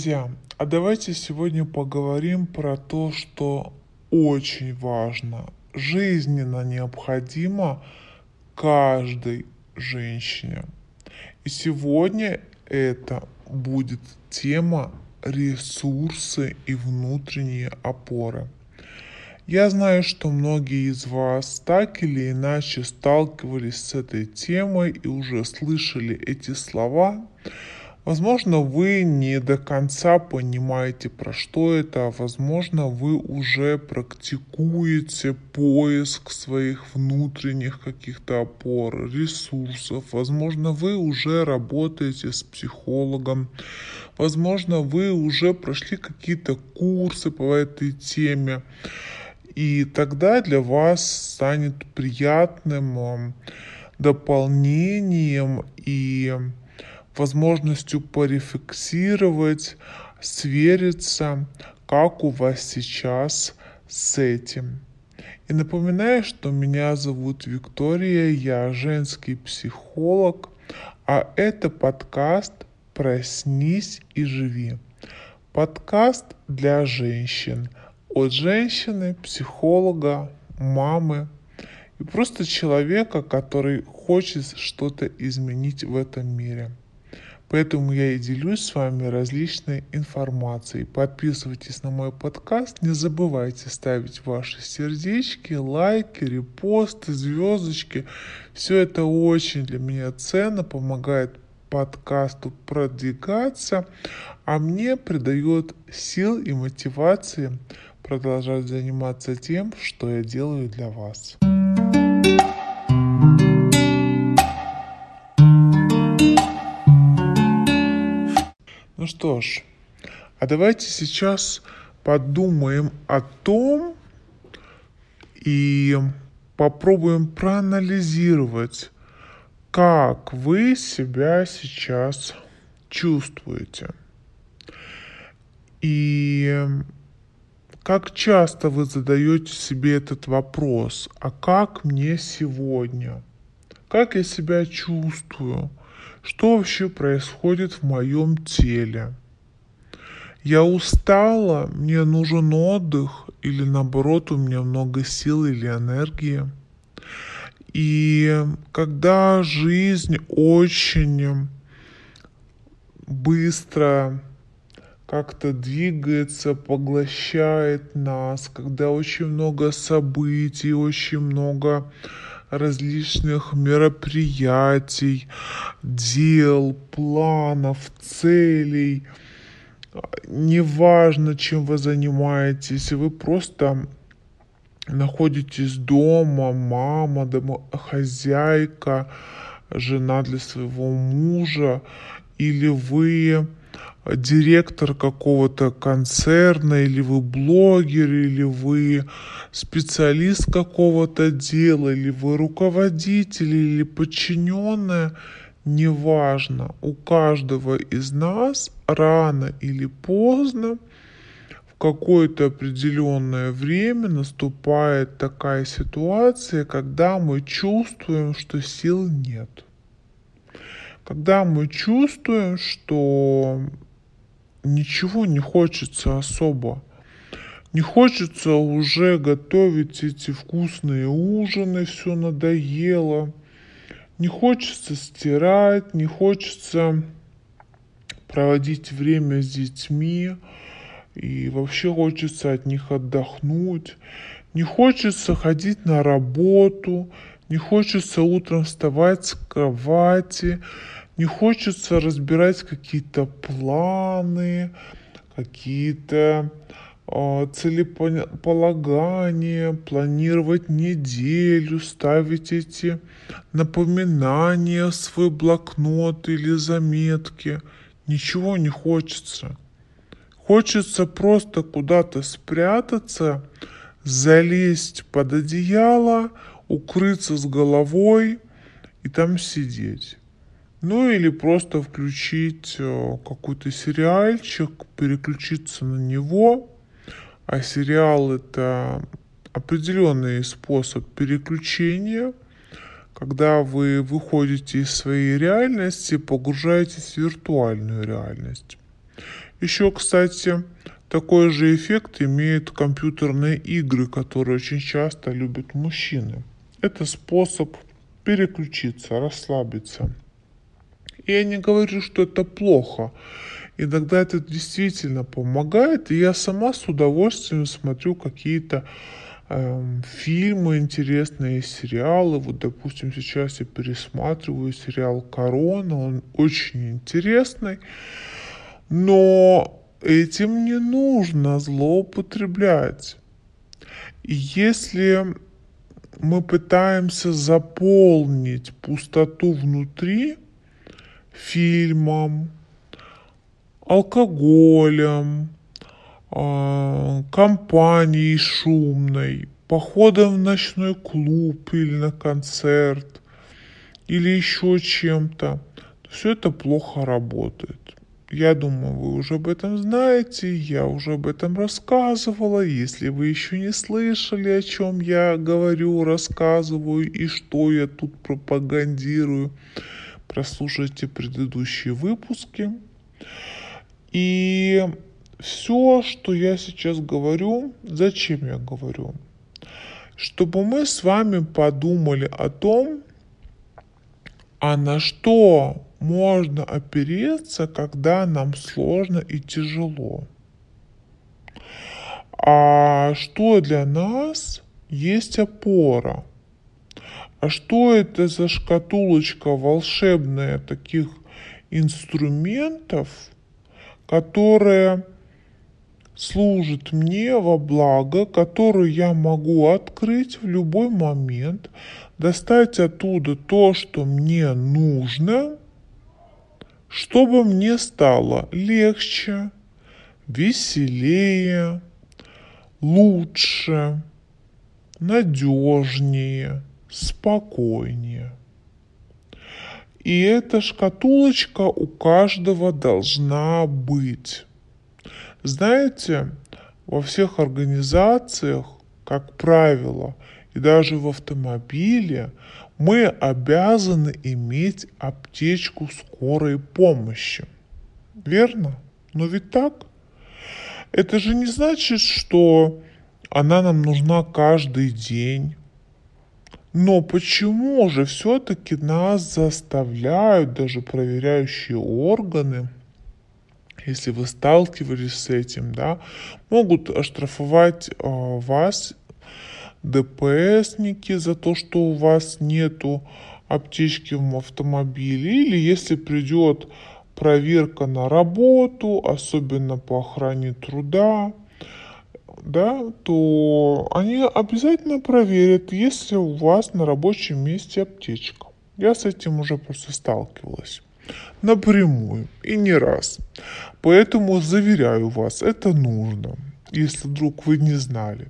Друзья, а давайте сегодня поговорим про то, что очень важно, жизненно необходимо каждой женщине. И сегодня это будет тема ресурсы и внутренние опоры. Я знаю, что многие из вас так или иначе сталкивались с этой темой и уже слышали эти слова. Возможно, вы не до конца понимаете, про что это, возможно, вы уже практикуете поиск своих внутренних каких-то опор, ресурсов, возможно, вы уже работаете с психологом, возможно, вы уже прошли какие-то курсы по этой теме, и тогда для вас станет приятным дополнением и возможностью порефлексировать, свериться, как у вас сейчас с этим. И напоминаю, что меня зовут Виктория, я женский психолог, а это подкаст «Проснись и живи». Подкаст для женщин, от женщины, психолога, мамы и просто человека, который хочет что-то изменить в этом мире. Поэтому я и делюсь с вами различной информацией. Подписывайтесь на мой подкаст, не забывайте ставить ваши сердечки, лайки, репосты, звездочки. Все это очень для меня ценно, помогает подкасту продвигаться, а мне придает сил и мотивации продолжать заниматься тем, что я делаю для вас. Ну что ж, а давайте сейчас подумаем о том и попробуем проанализировать, как вы себя сейчас чувствуете. И как часто вы задаете себе этот вопрос, а как мне сегодня? Как я себя чувствую? Что вообще происходит в моем теле? Я устала, мне нужен отдых, или наоборот, у меня много сил или энергии. И когда жизнь очень быстро как-то двигается, поглощает нас, когда очень много событий, очень много различных мероприятий, дел, планов, целей. Неважно, чем вы занимаетесь, вы просто находитесь дома, мама, домохозяйка, жена для своего мужа, или вы директор какого-то концерна, или вы блогер, или вы специалист какого-то дела, или вы руководитель, или подчиненная, неважно, у каждого из нас рано или поздно в какое-то определенное время наступает такая ситуация, когда мы чувствуем, что сил нет. Когда мы чувствуем, что ничего не хочется особо. Не хочется уже готовить эти вкусные ужины, все надоело. Не хочется стирать, не хочется проводить время с детьми. И вообще хочется от них отдохнуть. Не хочется ходить на работу. Не хочется утром вставать с кровати. Не хочется разбирать какие-то планы, какие-то целеполагания, планировать неделю, ставить эти напоминания в свой блокнот или заметки. Ничего не хочется. Хочется просто куда-то спрятаться, залезть под одеяло, укрыться с головой и там сидеть. Ну или просто включить какой-то сериальчик, переключиться на него. А сериал это определенный способ переключения, когда вы выходите из своей реальности, погружаетесь в виртуальную реальность. Еще, кстати, такой же эффект имеют компьютерные игры, которые очень часто любят мужчины. Это способ переключиться, расслабиться. И я не говорю, что это плохо. Иногда это действительно помогает, и я сама с удовольствием смотрю какие-то фильмы интересные, сериалы. Вот, допустим, сейчас я пересматриваю сериал «Корона», он очень интересный, но этим не нужно злоупотреблять. И если мы пытаемся заполнить пустоту внутри фильмом, алкоголем, компанией шумной, походом в ночной клуб или на концерт, или еще чем-то, все это плохо работает. Я думаю, вы уже об этом знаете, я уже об этом рассказывала. Если вы еще не слышали, о чем я говорю, рассказываю и что я тут пропагандирую, прослушайте предыдущие выпуски. И все, что я сейчас говорю, зачем я говорю? Чтобы мы с вами подумали о том, а на что можно опереться, когда нам сложно и тяжело. А что для нас есть опора? А что это за шкатулочка волшебная таких инструментов, которая служит мне во благо, которую я могу открыть в любой момент, достать оттуда то, что мне нужно, чтобы мне стало легче, веселее, лучше, надежнее, спокойнее. И эта шкатулочка у каждого должна быть. Знаете, во всех организациях, как правило, и даже в автомобиле, мы обязаны иметь аптечку скорой помощи. Верно? Но ведь так? Это же не значит, что она нам нужна каждый день. Но почему же все-таки нас заставляют даже проверяющие органы, если вы сталкивались с этим, да, могут оштрафовать вас ДПСники за то, что у вас нету аптечки в автомобиле, или если придет проверка на работу, особенно по охране труда, да, то они обязательно проверят, есть ли у вас на рабочем месте аптечка. Я с этим уже просто сталкивалась напрямую и не раз. Поэтому заверяю вас, это нужно, если вдруг вы не знали,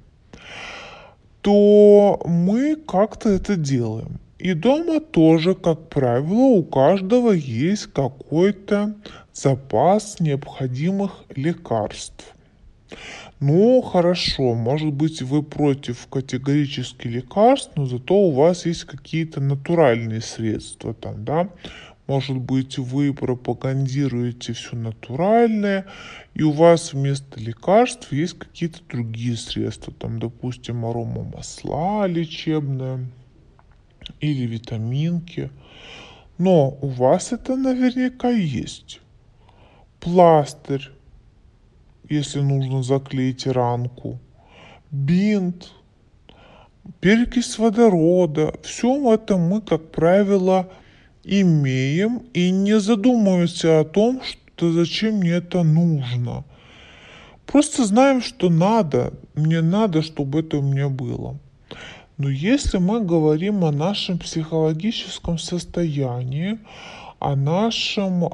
то мы как-то это делаем. И дома тоже, как правило, у каждого есть какой-то запас необходимых лекарств. Ну, хорошо, может быть, вы против категорически лекарств, но зато у вас есть какие-то натуральные средства там, да. Может быть, вы пропагандируете все натуральное, и у вас вместо лекарств есть какие-то другие средства, там, допустим, аромамасла лечебные или витаминки. Но у вас это наверняка есть. Пластырь, если нужно заклеить ранку, бинт, перекись водорода. Все это мы, как правило, имеем и не задумываемся о том, что зачем мне это нужно. Просто знаем, что надо, мне надо, чтобы это у меня было. Но если мы говорим о нашем психологическом состоянии, о нашем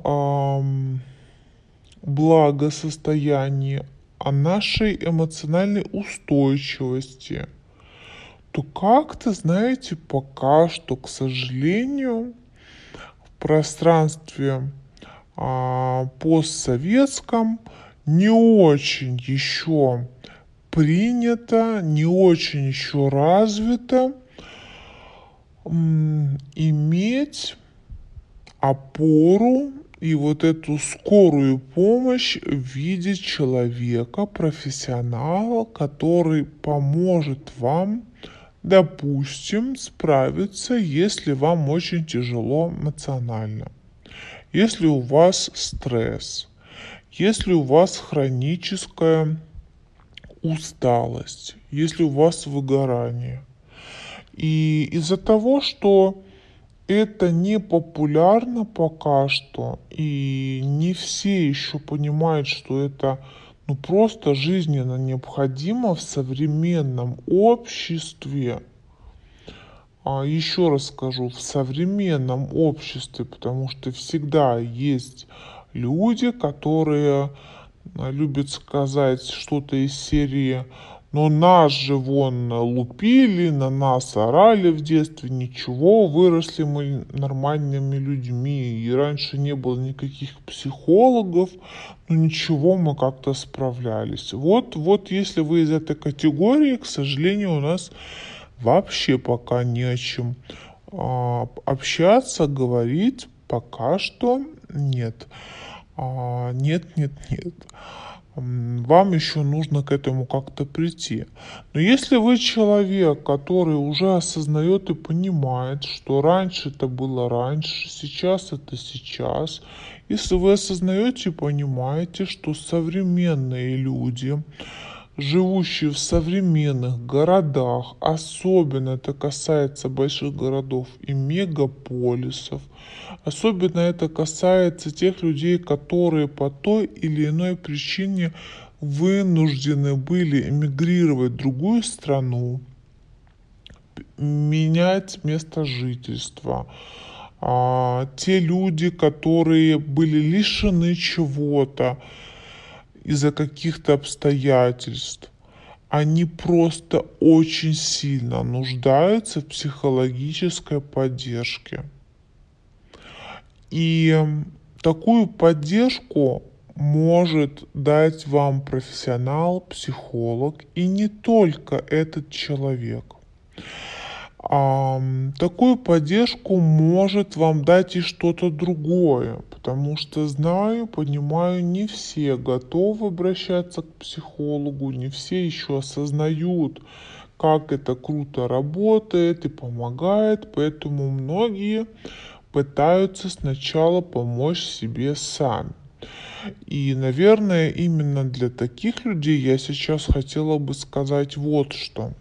благосостоянии, о нашей эмоциональной устойчивости, то как-то, знаете, пока что, к сожалению, в пространстве постсоветском не очень еще принято, не очень еще развито иметь опору и вот эту скорую помощь в виде человека, профессионала, который поможет вам, допустим, справиться, если вам очень тяжело эмоционально, если у вас стресс, если у вас хроническая усталость, если у вас выгорание. И из-за того, что это не популярно пока что, и не все еще понимают, что это просто жизненно необходимо в современном обществе. А еще раз скажу, в современном обществе, потому что всегда есть люди, которые любят сказать что-то из серии: но нас же вон лупили, на нас орали в детстве, ничего, выросли мы нормальными людьми, и раньше не было никаких психологов, но ничего, мы как-то справлялись. Вот если вы из этой категории, к сожалению, у нас вообще пока не о чем общаться, говорить пока что нет. Нет. Вам еще нужно к этому как-то прийти. Но если вы человек, который уже осознает и понимает, что раньше это было раньше, сейчас это сейчас, если вы осознаете и понимаете, что современные люди, живущие в современных городах, особенно это касается больших городов и мегаполисов, особенно это касается тех людей, которые по той или иной причине вынуждены были эмигрировать в другую страну, менять место жительства. Те люди, которые были лишены чего-то из-за каких-то обстоятельств, они просто очень сильно нуждаются в психологической поддержке. И такую поддержку может дать вам профессионал, психолог, и не только этот человек. Такую поддержку может вам дать и что-то другое, потому что знаю, понимаю, не все готовы обращаться к психологу, не все еще осознают, как это круто работает и помогает, поэтому многие пытаются сначала помочь себе сами. И, наверное, именно для таких людей я сейчас хотела бы сказать вот что.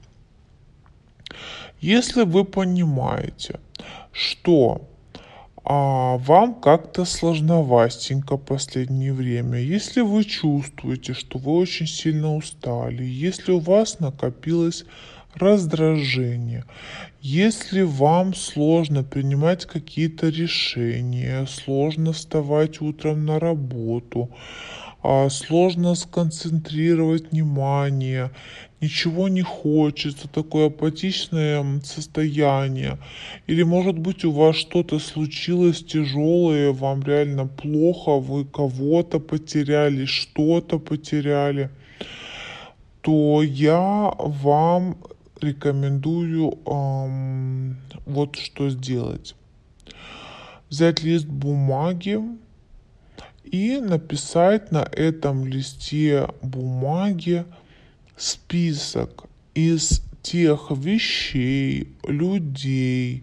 Если вы понимаете, что вам как-то сложновастенько в последнее время, если вы чувствуете, что вы очень сильно устали, если у вас накопилось раздражение, если вам сложно принимать какие-то решения, сложно вставать утром на работу, сложно сконцентрировать внимание, ничего не хочется, такое апатичное состояние. Или, может быть, у вас что-то случилось тяжелое, вам реально плохо, вы кого-то потеряли, что-то потеряли, то я вам рекомендую вот что сделать. Взять лист бумаги и написать на этом листе бумаги список из тех вещей, людей,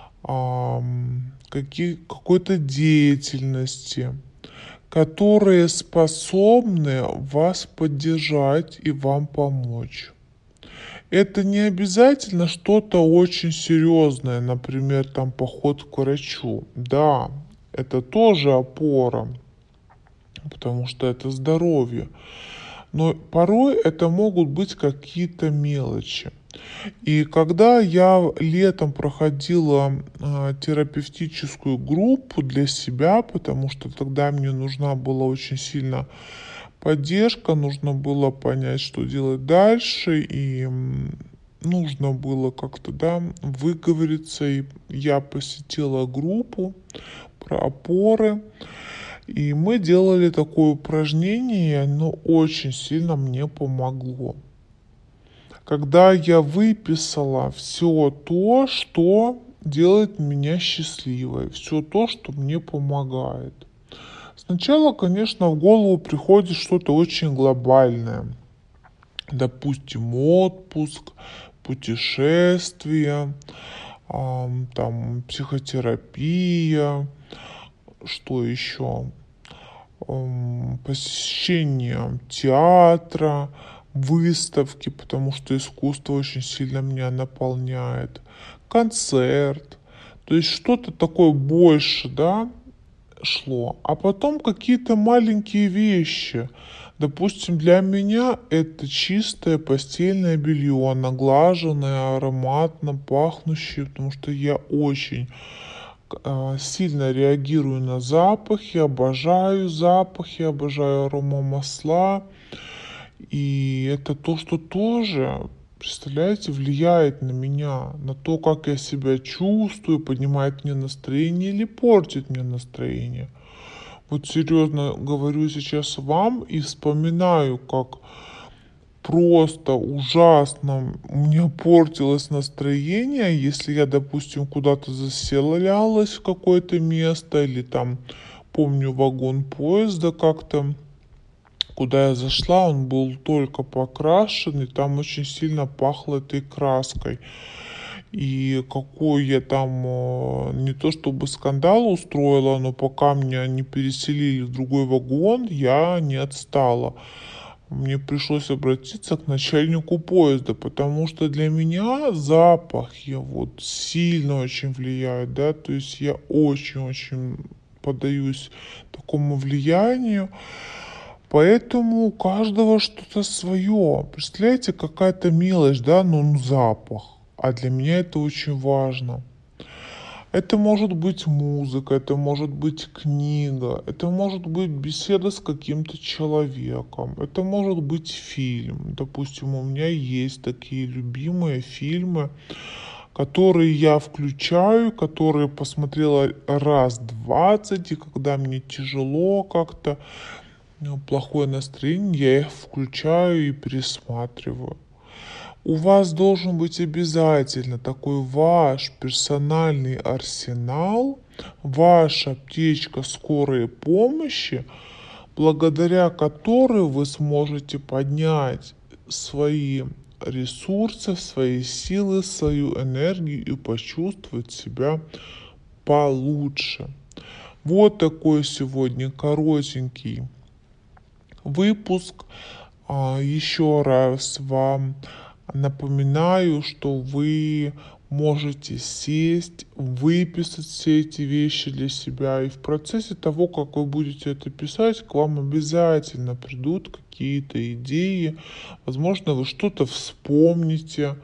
какой-то деятельности, которые способны вас поддержать и вам помочь. Это не обязательно что-то очень серьезное, например, там поход к врачу. Да, это тоже опора, потому что это здоровье. Но порой это могут быть какие-то мелочи. И когда я летом проходила терапевтическую группу для себя, потому что тогда мне нужна была очень сильно поддержка, нужно было понять, что делать дальше, и нужно было как-то, выговориться. И я посетила группу про опоры, и мы делали такое упражнение, и оно очень сильно мне помогло. Когда я выписала все то, что делает меня счастливой, все то, что мне помогает. Сначала, конечно, в голову приходит что-то очень глобальное. Допустим, отпуск, путешествия, там психотерапия, что еще? Посещение театра, выставки, потому что искусство очень сильно меня наполняет, концерт. То есть что-то такое больше, да, шло. А потом какие-то маленькие вещи. Допустим, для меня это чистое постельное белье, наглаженное, ароматно пахнущее, потому что я очень сильно реагирую на запахи, обожаю аромамасла. И это то, что тоже, представляете, влияет на меня, на то, как я себя чувствую, поднимает мне настроение или портит мне настроение. Вот серьезно говорю сейчас вам и вспоминаю, как просто ужасно мне портилось настроение, если я, допустим, куда-то заселялась в какое-то место, или там, помню, вагон поезда как-то, куда я зашла, он был только покрашен, и там очень сильно пахло этой краской. И какой я там не то чтобы скандал устроила, но пока меня не переселили в другой вагон, я не отстала. Мне пришлось обратиться к начальнику поезда, потому что для меня запахи вот сильно очень влияют, да, то есть я очень-очень поддаюсь такому влиянию. Поэтому у каждого что-то свое. Представляете, какая-то мелочь, да, но запах. А для меня это очень важно. Это может быть музыка, это может быть книга, это может быть беседа с каким-то человеком, это может быть фильм. Допустим, у меня есть такие любимые фильмы, которые я включаю, которые посмотрела раз 20, и когда мне тяжело как-то, плохое настроение, я их включаю и пересматриваю. У вас должен быть обязательно такой ваш персональный арсенал, ваша аптечка скорой помощи, благодаря которой вы сможете поднять свои ресурсы, свои силы, свою энергию и почувствовать себя получше. Вот такой сегодня коротенький выпуск. Еще раз вам напоминаю, что вы можете сесть, выписать все эти вещи для себя, и в процессе того, как вы будете это писать, к вам обязательно придут какие-то идеи, возможно, вы что-то вспомните,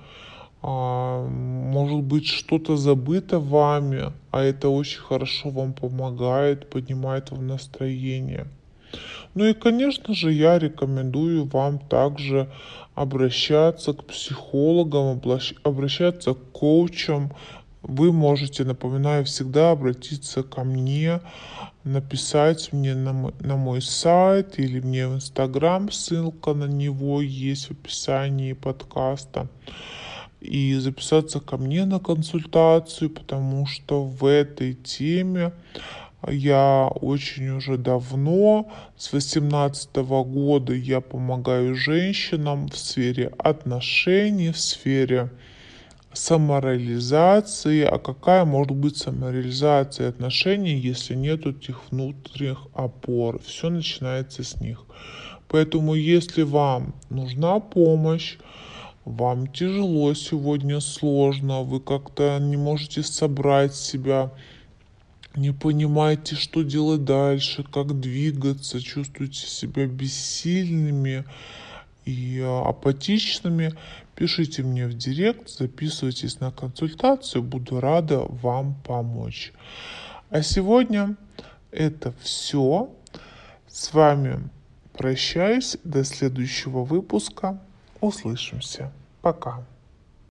может быть, что-то забыто вами, а это очень хорошо вам помогает, поднимает вам настроение. Ну и, конечно же, я рекомендую вам также обращаться к психологам, обращаться к коучам. Вы можете, напоминаю, всегда обратиться ко мне, написать мне на мой сайт или мне в Инстаграм, ссылка на него есть в описании подкаста. И записаться ко мне на консультацию, потому что в этой теме я очень уже давно, с 2018 года я помогаю женщинам в сфере отношений, в сфере самореализации. А какая может быть самореализация отношений, если нет этих внутренних опор? Все начинается с них. Поэтому, если вам нужна помощь, вам тяжело сегодня, сложно, вы как-то не можете собрать себя, не понимаете, что делать дальше, как двигаться, чувствуете себя бессильными и апатичными, пишите мне в директ, записывайтесь на консультацию, буду рада вам помочь. А сегодня это все. С вами прощаюсь, до следующего выпуска. Услышимся. Пока.